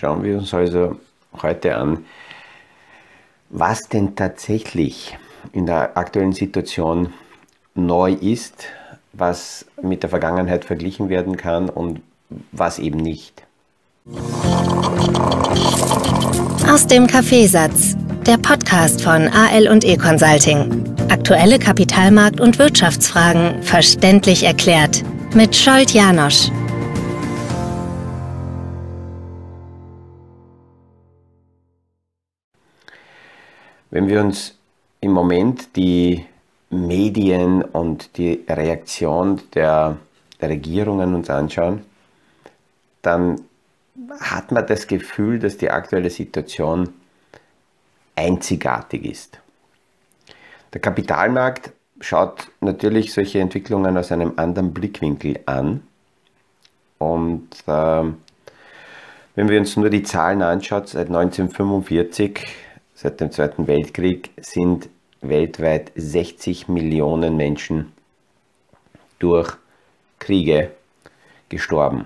Schauen wir uns also heute an, was denn tatsächlich in der aktuellen Situation neu ist, was mit der Vergangenheit verglichen werden kann und was eben nicht. Aus dem Kaffeesatz, der Podcast von AL&E Consulting. Aktuelle Kapitalmarkt- und Wirtschaftsfragen verständlich erklärt mit Scholt Janosch. Wenn wir uns im Moment die Medien und die Reaktion der Regierungen uns anschauen, dann hat man das Gefühl, dass die aktuelle Situation einzigartig ist. Der Kapitalmarkt schaut natürlich solche Entwicklungen aus einem anderen Blickwinkel an. Und wenn wir uns nur die Zahlen anschauen, seit 1945, seit dem Zweiten Weltkrieg, sind weltweit 60 Millionen Menschen durch Kriege gestorben.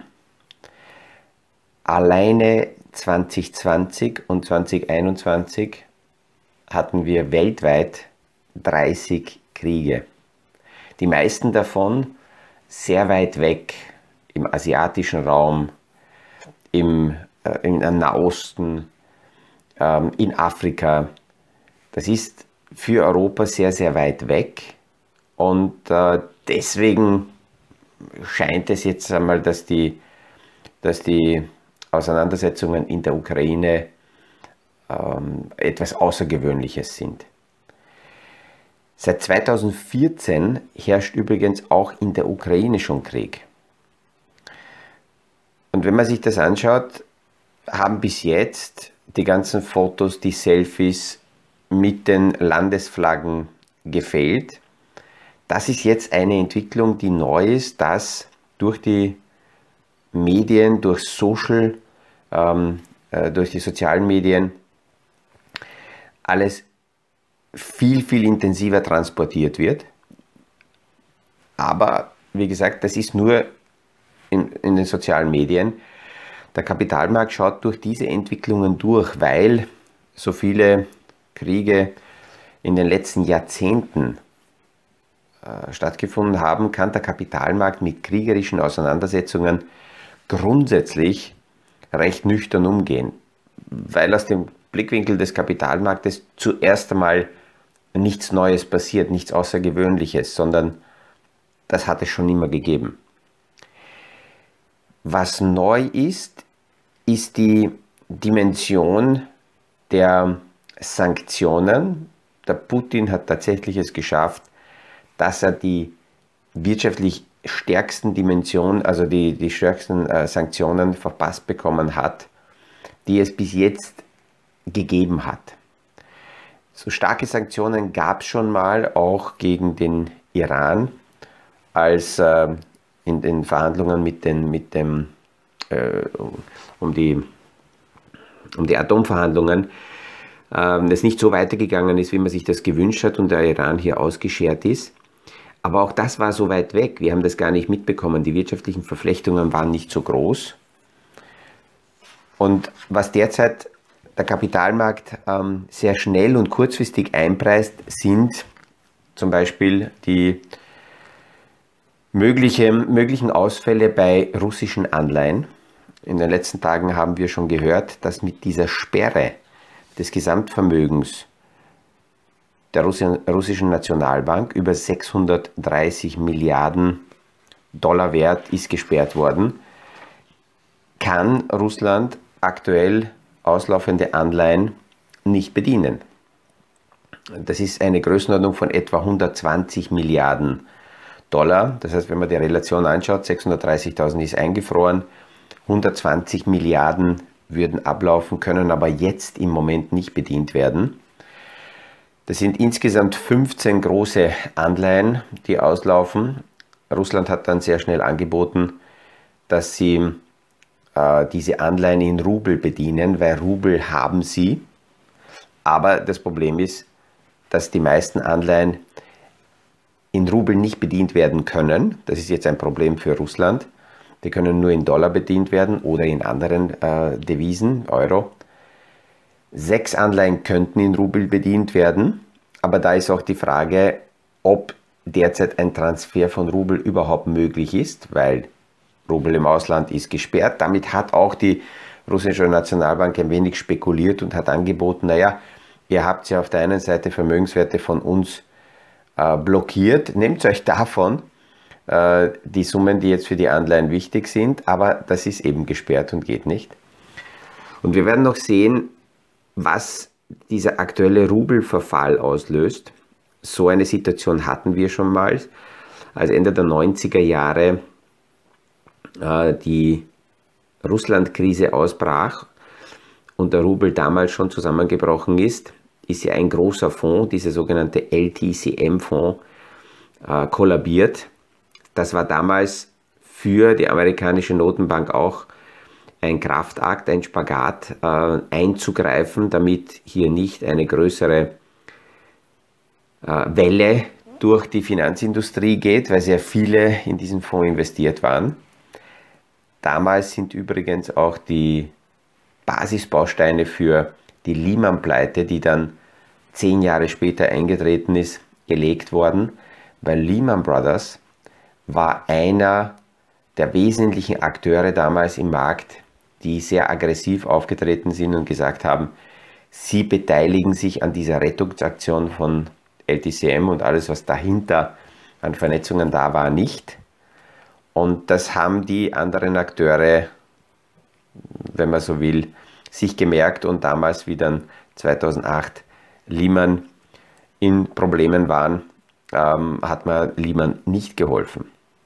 Alleine 2020 und 2021 hatten wir weltweit 30 Kriege. Die meisten davon sehr weit weg, im asiatischen Raum, im Nahosten, in Afrika. Das ist für Europa sehr, sehr weit weg und deswegen scheint es jetzt einmal, dass die Auseinandersetzungen in der Ukraine etwas Außergewöhnliches sind. Seit 2014 herrscht übrigens auch in der Ukraine schon Krieg. Und wenn man sich das anschaut, haben bis jetzt die ganzen Fotos, die Selfies mit den Landesflaggen gefehlt. Das ist jetzt eine Entwicklung, die neu ist, dass durch die Medien, durch die sozialen Medien alles viel, viel intensiver transportiert wird. Aber wie gesagt, das ist nur in den sozialen Medien. Der Kapitalmarkt schaut durch diese Entwicklungen durch, weil so viele Kriege in den letzten Jahrzehnten stattgefunden haben, kann der Kapitalmarkt mit kriegerischen Auseinandersetzungen grundsätzlich recht nüchtern umgehen, weil aus dem Blickwinkel des Kapitalmarktes zuerst einmal nichts Neues passiert, nichts Außergewöhnliches, sondern das hat es schon immer gegeben. Was neu ist, ist die Dimension der Sanktionen. Der Putin hat tatsächlich es geschafft, dass er die wirtschaftlich stärksten Dimensionen, also die stärksten Sanktionen verpasst bekommen hat, die es bis jetzt gegeben hat. So starke Sanktionen gab es schon mal auch gegen den Iran, als in den Verhandlungen um die Atomverhandlungen es nicht so weitergegangen ist, wie man sich das gewünscht hat und der Iran hier ausgeschert ist. Aber auch das war so weit weg, wir haben das gar nicht mitbekommen, die wirtschaftlichen Verflechtungen waren nicht so groß. Und was derzeit der Kapitalmarkt sehr schnell und kurzfristig einpreist, sind zum Beispiel die möglichen Ausfälle bei russischen Anleihen. In den letzten Tagen haben wir schon gehört, dass mit dieser Sperre des Gesamtvermögens der russischen Nationalbank über 630 Milliarden Dollar wert ist gesperrt worden, kann Russland aktuell auslaufende Anleihen nicht bedienen. Das ist eine Größenordnung von etwa 120 Milliarden Dollar. Das heißt, wenn man die Relation anschaut, 630.000 ist eingefroren, 120 Milliarden würden ablaufen können, aber jetzt im Moment nicht bedient werden. Das sind insgesamt 15 große Anleihen, die auslaufen. Russland hat dann sehr schnell angeboten, dass sie diese Anleihen in Rubel bedienen, weil Rubel haben sie. Aber das Problem ist, dass die meisten Anleihen in Rubel nicht bedient werden können. Das ist jetzt ein Problem für Russland. Die können nur in Dollar bedient werden oder in anderen Devisen, Euro. 6 Anleihen könnten in Rubel bedient werden, aber da ist auch die Frage, ob derzeit ein Transfer von Rubel überhaupt möglich ist, weil Rubel im Ausland ist gesperrt. Damit hat auch die russische Nationalbank ein wenig spekuliert und hat angeboten, naja, ihr habt ja auf der einen Seite Vermögenswerte von uns blockiert, nehmt euch davon die Summen, die jetzt für die Anleihen wichtig sind, aber das ist eben gesperrt und geht nicht. Und wir werden noch sehen, was dieser aktuelle Rubelverfall auslöst. So eine Situation hatten wir schon mal, als Ende der 90er Jahre die Russland-Krise ausbrach und der Rubel damals schon zusammengebrochen ist ja ein großer Fonds, dieser sogenannte LTCM-Fonds, kollabiert. Das war damals für die amerikanische Notenbank auch ein Kraftakt, ein Spagat, einzugreifen, damit hier nicht eine größere Welle durch die Finanzindustrie geht, weil sehr viele in diesen Fonds investiert waren. Damals sind übrigens auch die Basisbausteine für die Lehman-Pleite, die dann 10 Jahre später eingetreten ist, gelegt worden, weil Lehman Brothers war einer der wesentlichen Akteure damals im Markt, die sehr aggressiv aufgetreten sind und gesagt haben, sie beteiligen sich an dieser Rettungsaktion von LTCM und alles, was dahinter an Vernetzungen da war, nicht. Und das haben die anderen Akteure, wenn man so will, sich gemerkt und damals, wie dann 2008 Lehman in Problemen waren, hat man Lehman nicht geholfen.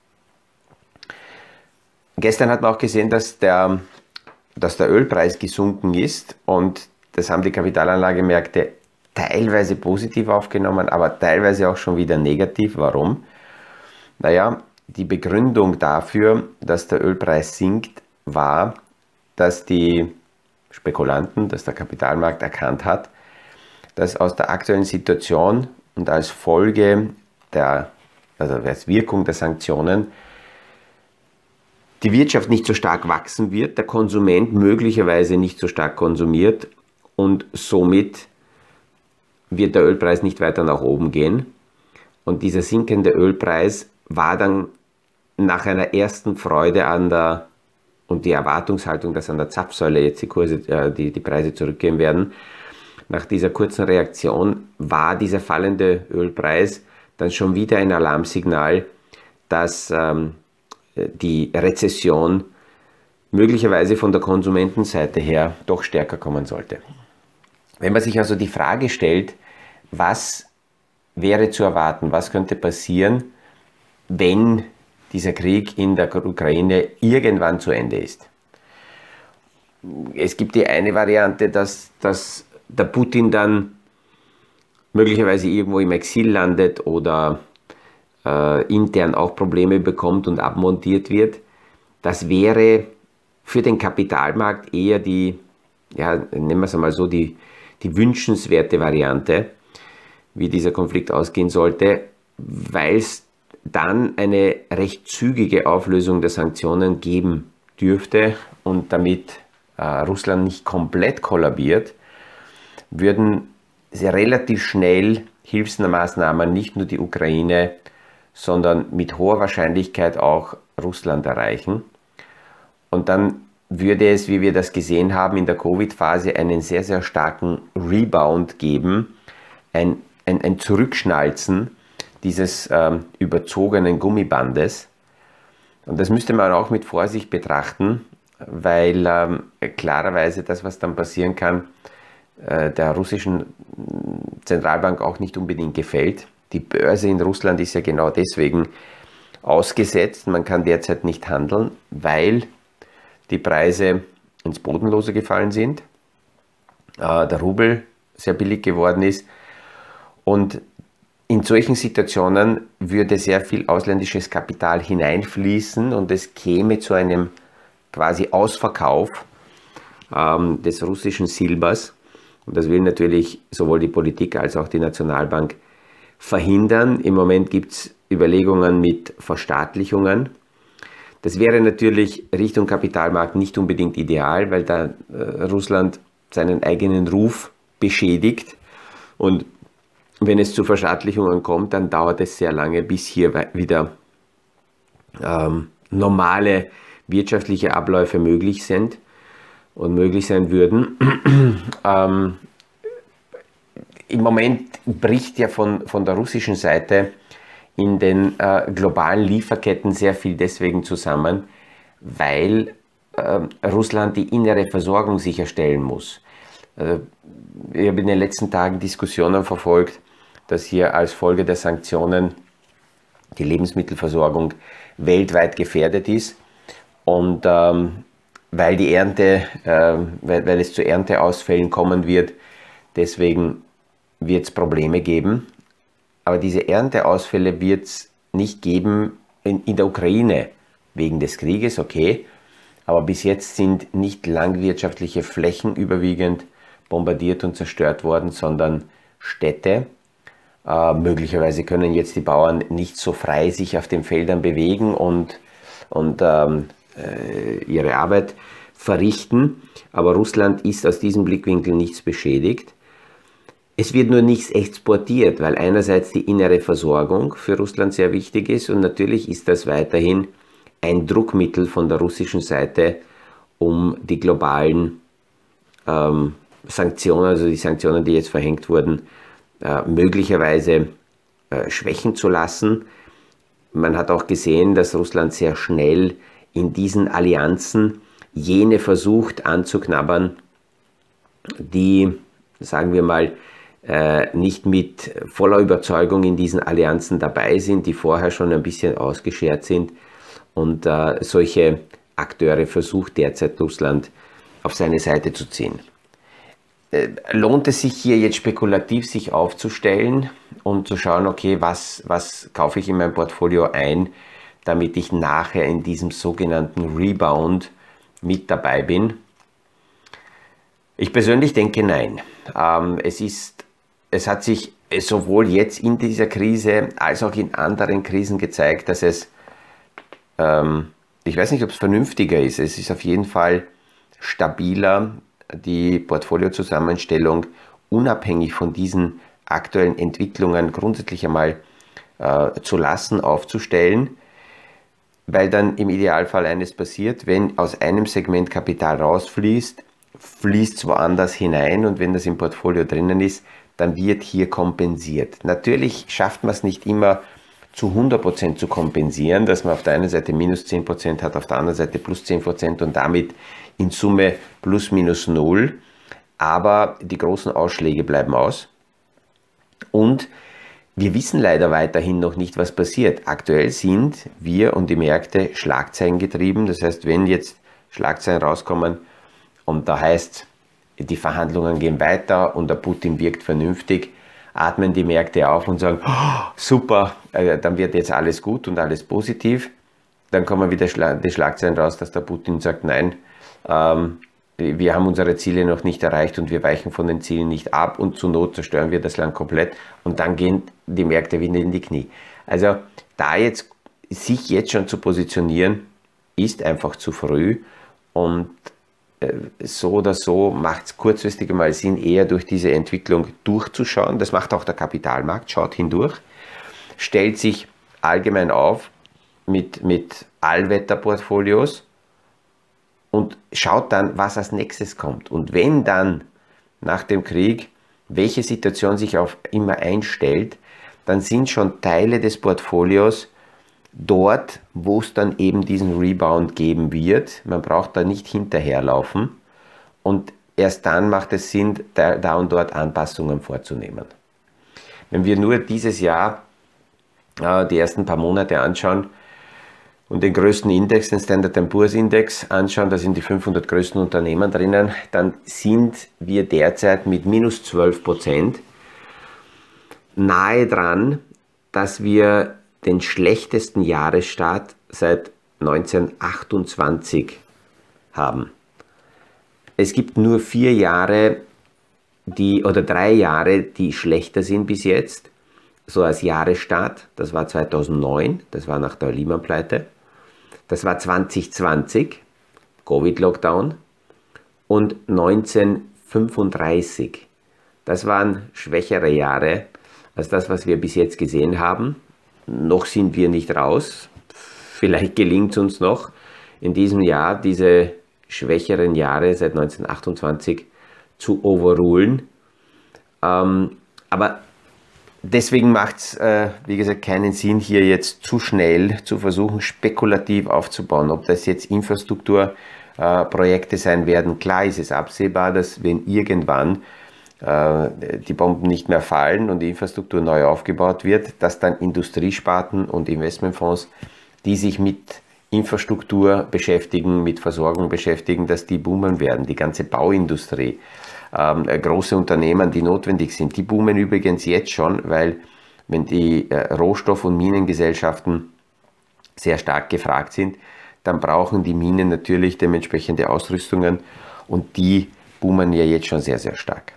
Gestern hat man auch gesehen, dass der Ölpreis gesunken ist und das haben die Kapitalanlagemärkte teilweise positiv aufgenommen, aber teilweise auch schon wieder negativ. Warum? Naja, die Begründung dafür, dass der Ölpreis sinkt, war, dass die Spekulanten, dass der Kapitalmarkt erkannt hat, dass aus der aktuellen Situation und als Folge also als Wirkung der Sanktionen die Wirtschaft nicht so stark wachsen wird, der Konsument möglicherweise nicht so stark konsumiert und somit wird der Ölpreis nicht weiter nach oben gehen. Und dieser sinkende Ölpreis war dann nach einer ersten Freude und die Erwartungshaltung, dass an der Zapfsäule jetzt die Preise zurückgehen werden, nach dieser kurzen Reaktion war dieser fallende Ölpreis dann schon wieder ein Alarmsignal, dass die Rezession möglicherweise von der Konsumentenseite her doch stärker kommen sollte. Wenn man sich also die Frage stellt, was wäre zu erwarten, was könnte passieren, wenn dieser Krieg in der Ukraine irgendwann zu Ende ist. Es gibt die eine Variante, dass der Putin dann möglicherweise irgendwo im Exil landet oder intern auch Probleme bekommt und abmontiert wird. Das wäre für den Kapitalmarkt eher nennen wir es einmal so, die wünschenswerte Variante, wie dieser Konflikt ausgehen sollte, weil es dann eine recht zügige Auflösung der Sanktionen geben dürfte und damit Russland nicht komplett kollabiert, würden sehr relativ schnell Hilfsmaßnahmen nicht nur die Ukraine, sondern mit hoher Wahrscheinlichkeit auch Russland erreichen. Und dann würde es, wie wir das gesehen haben in der Covid-Phase, einen sehr, sehr starken Rebound geben, ein Zurückschnalzen dieses überzogenen Gummibandes. Und das müsste man auch mit Vorsicht betrachten, weil klarerweise das, was dann passieren kann, der russischen Zentralbank auch nicht unbedingt gefällt. Die Börse in Russland ist ja genau deswegen ausgesetzt. Man kann derzeit nicht handeln, weil die Preise ins Bodenlose gefallen sind, der Rubel sehr billig geworden ist und in solchen Situationen würde sehr viel ausländisches Kapital hineinfließen und es käme zu einem quasi Ausverkauf des russischen Silbers. Und das will natürlich sowohl die Politik als auch die Nationalbank verhindern. Im Moment gibt es Überlegungen mit Verstaatlichungen. Das wäre natürlich Richtung Kapitalmarkt nicht unbedingt ideal, weil da Russland seinen eigenen Ruf beschädigt. Und wenn es zu Verschattlichungen kommt, dann dauert es sehr lange, bis hier wieder normale wirtschaftliche Abläufe möglich sind und möglich sein würden. Im Moment bricht ja von der russischen Seite in den globalen Lieferketten sehr viel deswegen zusammen, weil Russland die innere Versorgung sicherstellen muss. Ich habe in den letzten Tagen Diskussionen verfolgt, dass hier als Folge der Sanktionen die Lebensmittelversorgung weltweit gefährdet ist und weil die Ernte, weil es zu Ernteausfällen kommen wird, deswegen wird es Probleme geben. Aber diese Ernteausfälle wird es nicht geben in der Ukraine wegen des Krieges, okay. Aber bis jetzt sind nicht landwirtschaftliche Flächen überwiegend bombardiert und zerstört worden, sondern Städte. Möglicherweise können jetzt die Bauern nicht so frei sich auf den Feldern bewegen und ihre Arbeit verrichten. Aber Russland ist aus diesem Blickwinkel nichts beschädigt. Es wird nur nichts exportiert, weil einerseits die innere Versorgung für Russland sehr wichtig ist und natürlich ist das weiterhin ein Druckmittel von der russischen Seite, um die globalen Sanktionen, also die Sanktionen, die jetzt verhängt wurden, möglicherweise schwächen zu lassen. Man hat auch gesehen, dass Russland sehr schnell in diesen Allianzen jene versucht anzuknabbern, die, sagen wir mal, nicht mit voller Überzeugung in diesen Allianzen dabei sind, die vorher schon ein bisschen ausgeschert sind. Und solche Akteure versucht derzeit Russland auf seine Seite zu ziehen. Lohnt es sich hier jetzt spekulativ sich aufzustellen und zu schauen, okay, was kaufe ich in mein Portfolio ein, damit ich nachher in diesem sogenannten Rebound mit dabei bin? Ich persönlich denke nein. Es hat sich sowohl jetzt in dieser Krise als auch in anderen Krisen gezeigt, dass es, ich weiß nicht, ob es vernünftiger ist, es ist auf jeden Fall stabiler, die Portfoliozusammenstellung unabhängig von diesen aktuellen Entwicklungen grundsätzlich einmal zu lassen, aufzustellen, weil dann im Idealfall eines passiert: wenn aus einem Segment Kapital rausfließt, fließt es woanders hinein und wenn das im Portfolio drinnen ist, dann wird hier kompensiert. Natürlich schafft man es nicht immer zu 100% zu kompensieren, dass man auf der einen Seite minus 10% hat, auf der anderen Seite plus 10% und damit in Summe plus minus 0, aber die großen Ausschläge bleiben aus. Und wir wissen leider weiterhin noch nicht, was passiert. Aktuell sind wir und die Märkte Schlagzeilen getrieben. Das heißt, wenn jetzt Schlagzeilen rauskommen und da heißt, die Verhandlungen gehen weiter und der Putin wirkt vernünftig, atmen die Märkte auf und sagen, oh, super, dann wird jetzt alles gut und alles positiv. Dann kommen wieder die Schlagzeilen raus, dass der Putin sagt, nein, wir haben unsere Ziele noch nicht erreicht und wir weichen von den Zielen nicht ab und zur Not zerstören wir das Land komplett und dann gehen die Märkte wieder in die Knie. Also da jetzt sich jetzt schon zu positionieren, ist einfach zu früh und so oder so macht es kurzfristig mal Sinn, eher durch diese Entwicklung durchzuschauen. Das macht auch der Kapitalmarkt, schaut hindurch, stellt sich allgemein auf mit Allwetterportfolios und schaut dann, was als nächstes kommt. Und wenn dann nach dem Krieg, welche Situation sich auf immer einstellt, dann sind schon Teile des Portfolios dort, wo es dann eben diesen Rebound geben wird. Man braucht da nicht hinterherlaufen und erst dann macht es Sinn, da und dort Anpassungen vorzunehmen. Wenn wir nur dieses Jahr die ersten paar Monate anschauen und den größten Index, den Standard & Poor's Index anschauen, da sind die 500 größten Unternehmen drinnen, dann sind wir derzeit mit minus 12% nahe dran, dass wir den schlechtesten Jahresstart seit 1928 haben. Es gibt nur 4 Jahre, oder 3 Jahre, die schlechter sind bis jetzt, so als Jahresstart. Das war 2009, das war nach der Lehman-Pleite. Das war 2020, Covid-Lockdown, und 1935. Das waren schwächere Jahre als das, was wir bis jetzt gesehen haben. Noch sind wir nicht raus. Vielleicht gelingt es uns noch, in diesem Jahr diese schwächeren Jahre seit 1928 zu overrulen. Aber deswegen macht es, wie gesagt, keinen Sinn, hier jetzt zu schnell zu versuchen, spekulativ aufzubauen. Ob das jetzt Infrastrukturprojekte sein werden, klar ist es absehbar, dass wenn irgendwann die Bomben nicht mehr fallen und die Infrastruktur neu aufgebaut wird, dass dann Industriesparten und Investmentfonds, die sich mit Infrastruktur beschäftigen, mit Versorgung beschäftigen, dass die boomen werden. Die ganze Bauindustrie, große Unternehmen, die notwendig sind, die boomen übrigens jetzt schon, weil wenn die Rohstoff- und Minengesellschaften sehr stark gefragt sind, dann brauchen die Minen natürlich dementsprechende Ausrüstungen und die boomen ja jetzt schon sehr, sehr stark.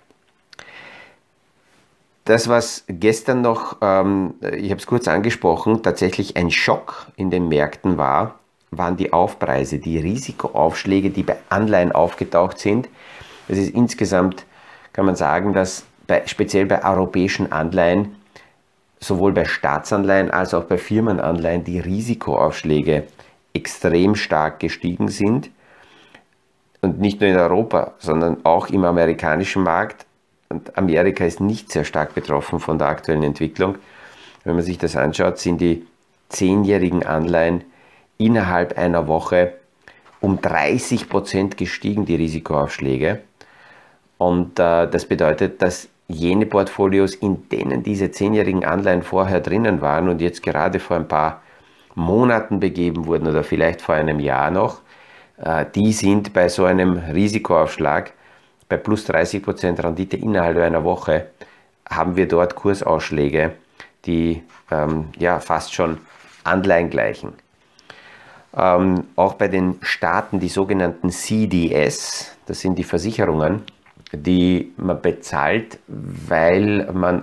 Das, was gestern noch, ich habe es kurz angesprochen, tatsächlich ein Schock in den Märkten war, waren die Aufpreise, die Risikoaufschläge, die bei Anleihen aufgetaucht sind. Es ist insgesamt, kann man sagen, dass speziell bei europäischen Anleihen, sowohl bei Staatsanleihen als auch bei Firmenanleihen, die Risikoaufschläge extrem stark gestiegen sind. Und nicht nur in Europa, sondern auch im amerikanischen Markt. Und Amerika ist nicht sehr stark betroffen von der aktuellen Entwicklung. Wenn man sich das anschaut, sind die 10-jährigen Anleihen innerhalb einer Woche um 30% gestiegen, die Risikoaufschläge. Und das bedeutet, dass jene Portfolios, in denen diese 10-jährigen Anleihen vorher drinnen waren und jetzt gerade vor ein paar Monaten begeben wurden oder vielleicht vor einem Jahr noch, die sind bei so einem Risikoaufschlag bei plus 30% Rendite innerhalb einer Woche, haben wir dort Kursausschläge, die fast schon Anleihen gleichen. Auch bei den Staaten, die sogenannten CDS, das sind die Versicherungen, die man bezahlt, weil man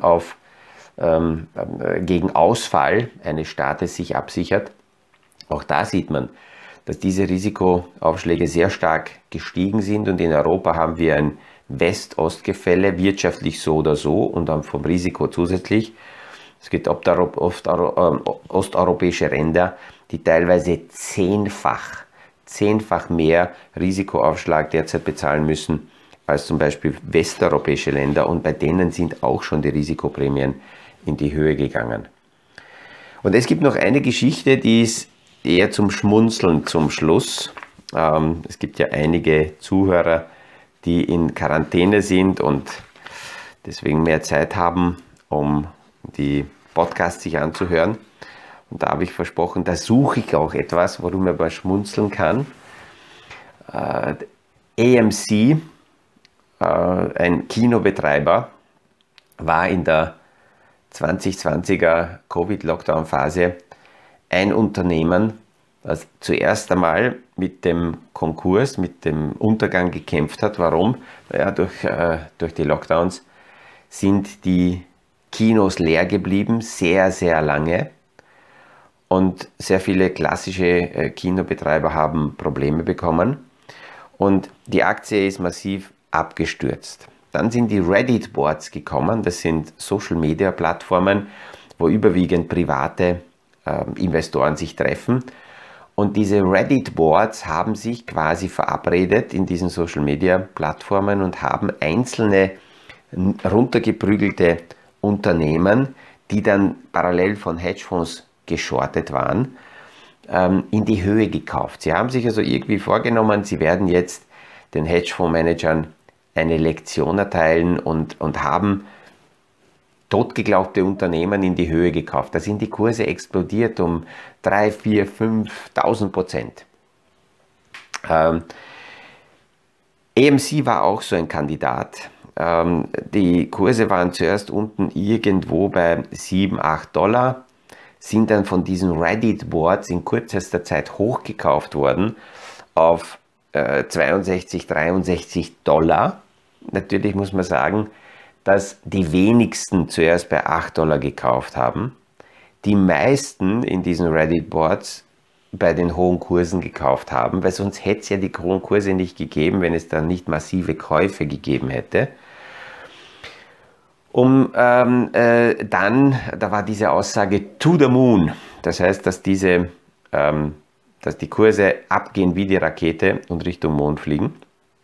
gegen Ausfall eines Staates sich absichert. Auch da sieht man, dass diese Risikoaufschläge sehr stark gestiegen sind und in Europa haben wir ein West-Ost-Gefälle, wirtschaftlich so oder so und dann vom Risiko zusätzlich. Es gibt osteuropäische Länder, die teilweise zehnfach mehr Risikoaufschlag derzeit bezahlen müssen als zum Beispiel westeuropäische Länder und bei denen sind auch schon die Risikoprämien in die Höhe gegangen. Und es gibt noch eine Geschichte, die ist eher zum Schmunzeln zum Schluss. Es gibt ja einige Zuhörer, die in Quarantäne sind und deswegen mehr Zeit haben, um die Podcasts sich anzuhören. Und da habe ich versprochen, da suche ich auch etwas, worum man mal schmunzeln kann. AMC, ein Kinobetreiber, war in der 2020er Covid-Lockdown-Phase ein Unternehmen, das zuerst einmal mit dem Konkurs, mit dem Untergang gekämpft hat. Warum? Naja, durch die Lockdowns sind die Kinos leer geblieben, sehr, sehr lange. Und sehr viele klassische Kinobetreiber haben Probleme bekommen. Und die Aktie ist massiv abgestürzt. Dann sind die Reddit-Boards gekommen. Das sind Social-Media-Plattformen, wo überwiegend private Investoren sich treffen. Und diese Reddit-Boards haben sich quasi verabredet in diesen Social-Media-Plattformen und haben einzelne runtergeprügelte Unternehmen, die dann parallel von Hedgefonds geschortet waren, in die Höhe gekauft. Sie haben sich also irgendwie vorgenommen, sie werden jetzt den Hedgefondsmanagern eine Lektion erteilen und haben totgeglaubte Unternehmen in die Höhe gekauft. Da sind die Kurse explodiert um 3.000, 4.000, 5.000%. AMC war auch so ein Kandidat. Die Kurse waren zuerst unten irgendwo bei 7, 8 Dollar, sind dann von diesen Reddit-Boards in kürzester Zeit hochgekauft worden auf 62, 63 Dollar. Natürlich muss man sagen, dass die wenigsten zuerst bei 8 Dollar gekauft haben. Die meisten in diesen Reddit-Boards bei den hohen Kursen gekauft haben, weil sonst hätte es ja die hohen Kurse nicht gegeben, wenn es dann nicht massive Käufe gegeben hätte. Dann, da war diese Aussage to the moon, das heißt, dass die Kurse abgehen wie die Rakete und Richtung Mond fliegen.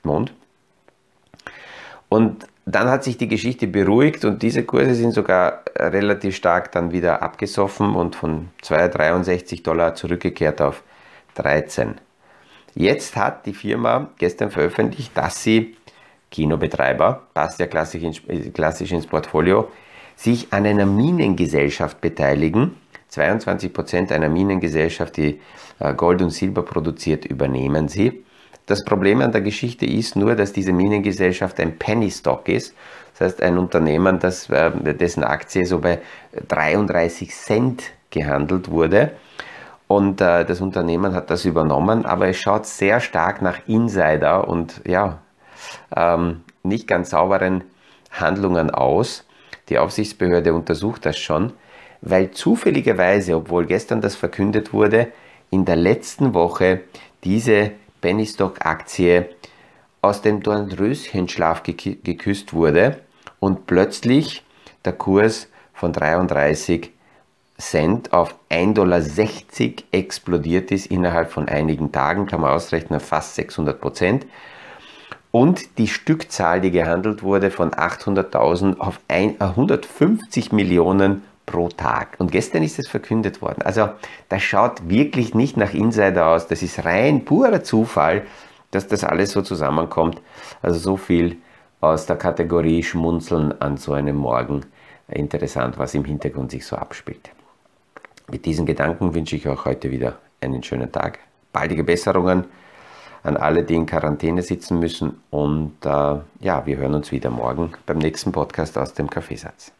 Und dann hat sich die Geschichte beruhigt und diese Kurse sind sogar relativ stark dann wieder abgesoffen und von $63 zurückgekehrt auf 13. Jetzt hat die Firma gestern veröffentlicht, dass sie, Kinobetreiber, passt ja klassisch ins Portfolio, sich an einer Minengesellschaft beteiligen. 22% einer Minengesellschaft, die Gold und Silber produziert, übernehmen sie. Das Problem an der Geschichte ist nur, dass diese Minengesellschaft ein Penny Stock ist. Das heißt, ein Unternehmen, dessen Aktie so bei 33 Cent gehandelt wurde. Und das Unternehmen hat das übernommen, aber es schaut sehr stark nach Insider und nicht ganz sauberen Handlungen aus. Die Aufsichtsbehörde untersucht das schon, weil zufälligerweise, obwohl gestern das verkündet wurde, in der letzten Woche diese Penny Stock Aktie aus dem Dornröschenschlaf geküsst wurde und plötzlich der Kurs von 33 Cent auf 1,60 $ explodiert ist innerhalb von einigen Tagen, kann man ausrechnen, fast 600%. Und die Stückzahl, die gehandelt wurde, von 800.000 auf 150 Millionen pro Tag. Und gestern ist es verkündet worden. Also das schaut wirklich nicht nach Insider aus. Das ist rein purer Zufall, dass das alles so zusammenkommt. Also so viel aus der Kategorie Schmunzeln an so einem Morgen. Interessant, was im Hintergrund sich so abspielt. Mit diesen Gedanken wünsche ich auch heute wieder einen schönen Tag. Baldige Besserungen an alle, die in Quarantäne sitzen müssen. Und wir hören uns wieder morgen beim nächsten Podcast aus dem Kaffeesatz.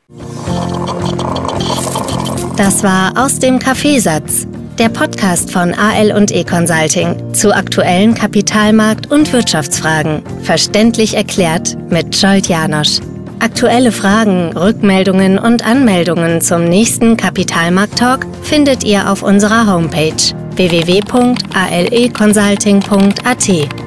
Das war Aus dem Kaffeesatz, der Podcast von AL&E Consulting zu aktuellen Kapitalmarkt- und Wirtschaftsfragen. Verständlich erklärt mit Scholt Janosch. Aktuelle Fragen, Rückmeldungen und Anmeldungen zum nächsten Kapitalmarkt-Talk findet ihr auf unserer Homepage www.aleconsulting.at.